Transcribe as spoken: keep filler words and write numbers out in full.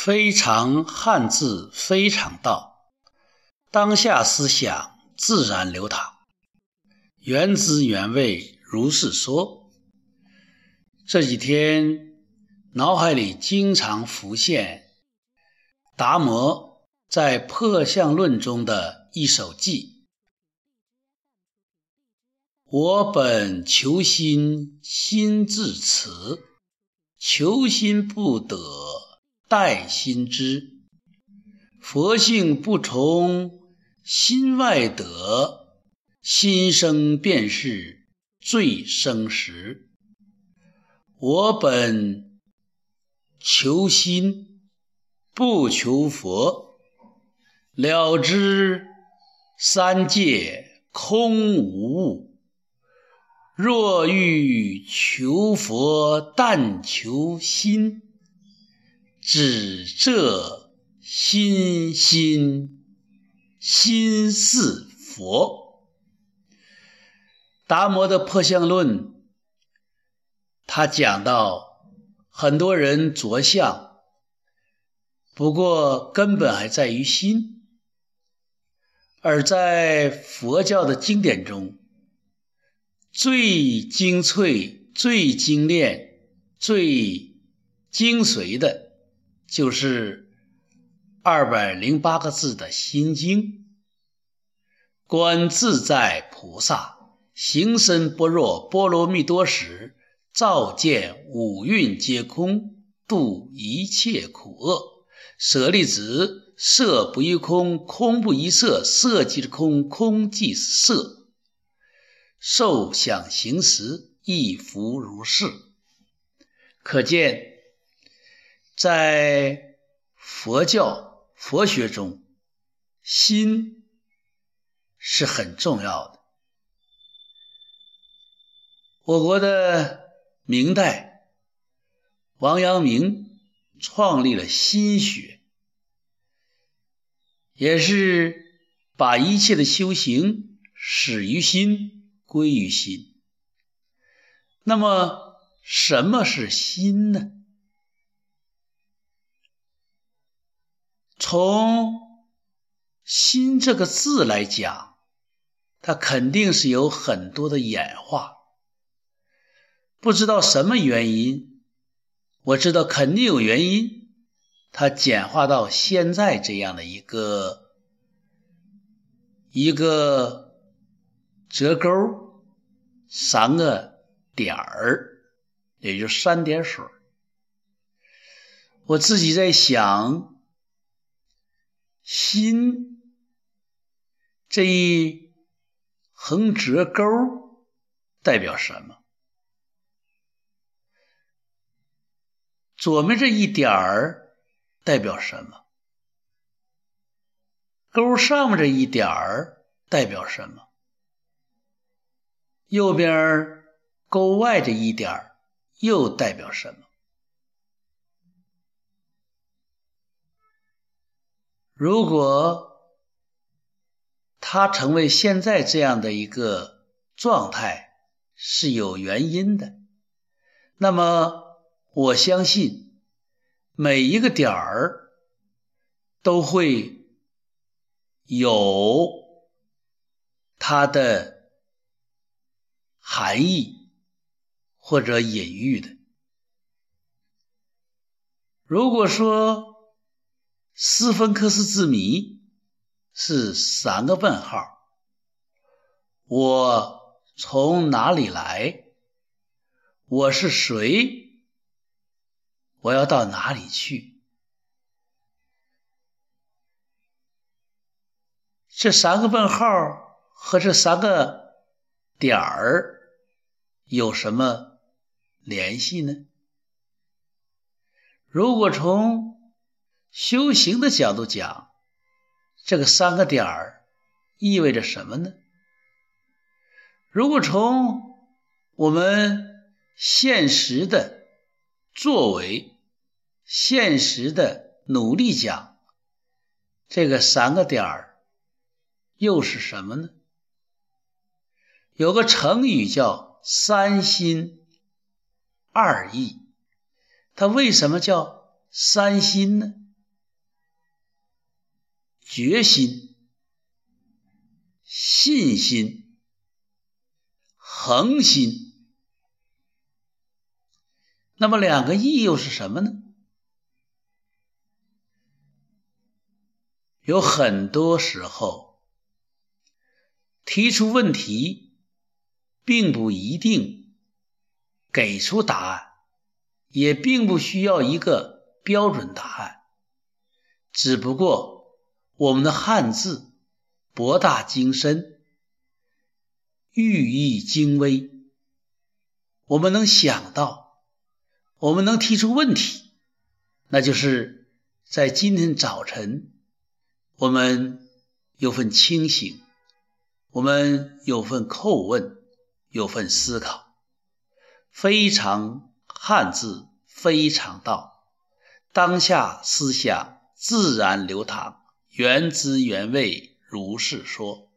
非常汉字非常道，当下思想自然流淌，原汁原味如是说。这几天脑海里经常浮现达摩在破相论中的一首偈：我本求心心自持，求心不得待心知，佛性不从心外得，心生便是最生时。我本求心不求佛，了知三界空无物，若欲求佛但求心，只这心心心似佛。达摩的破相论，他讲到很多人着相，不过根本还在于心。而在佛教的经典中，最精粹、最精炼、最精髓的就是二百零八个字的心经。观自在菩萨行深般若波罗蜜多时，照见五蕴皆空，度一切苦厄。舍利子，色不异空，空不异色，色即是空，空即是色。受想行识亦复如是。可见在佛教佛学中，心是很重要的。我国的明代王阳明创立了心学，也是把一切的修行始于心，归于心。那么什么是心呢？从心这个字来讲，它肯定是有很多的演化。不知道什么原因，我知道肯定有原因，它简化到现在这样的一个一个折钩，三个点儿，也就是三点水。我自己在想，心这一横折钩代表什么？左面这一点儿代表什么？钩上面这一点儿代表什么？右边钩外这一点儿又代表什么？如果它成为现在这样的一个状态是有原因的，那么我相信每一个点儿都会有它的含义或者隐喻的。如果说斯芬克斯之谜是三个问号，我从哪里来？我是谁？我要到哪里去？这三个问号和这三个点儿有什么联系呢？如果从修行的角度讲，这个三个点儿意味着什么呢？如果从我们现实的作为、现实的努力讲，这个三个点儿又是什么呢？有个成语叫三心二意，它为什么叫三心呢？ 决心、信心、恒心。那么两个义又是什么呢？有很多时候，提出问题并不一定给出答案，也并不需要一个标准答案，只不过我们的汉字博大精深，寓意精微，我们能想到，我们能提出问题，那就是在今天早晨我们有份清醒，我们有份叩问，有份思考，非常汉字，非常道，当下思想自然流淌，原汁原味如是说。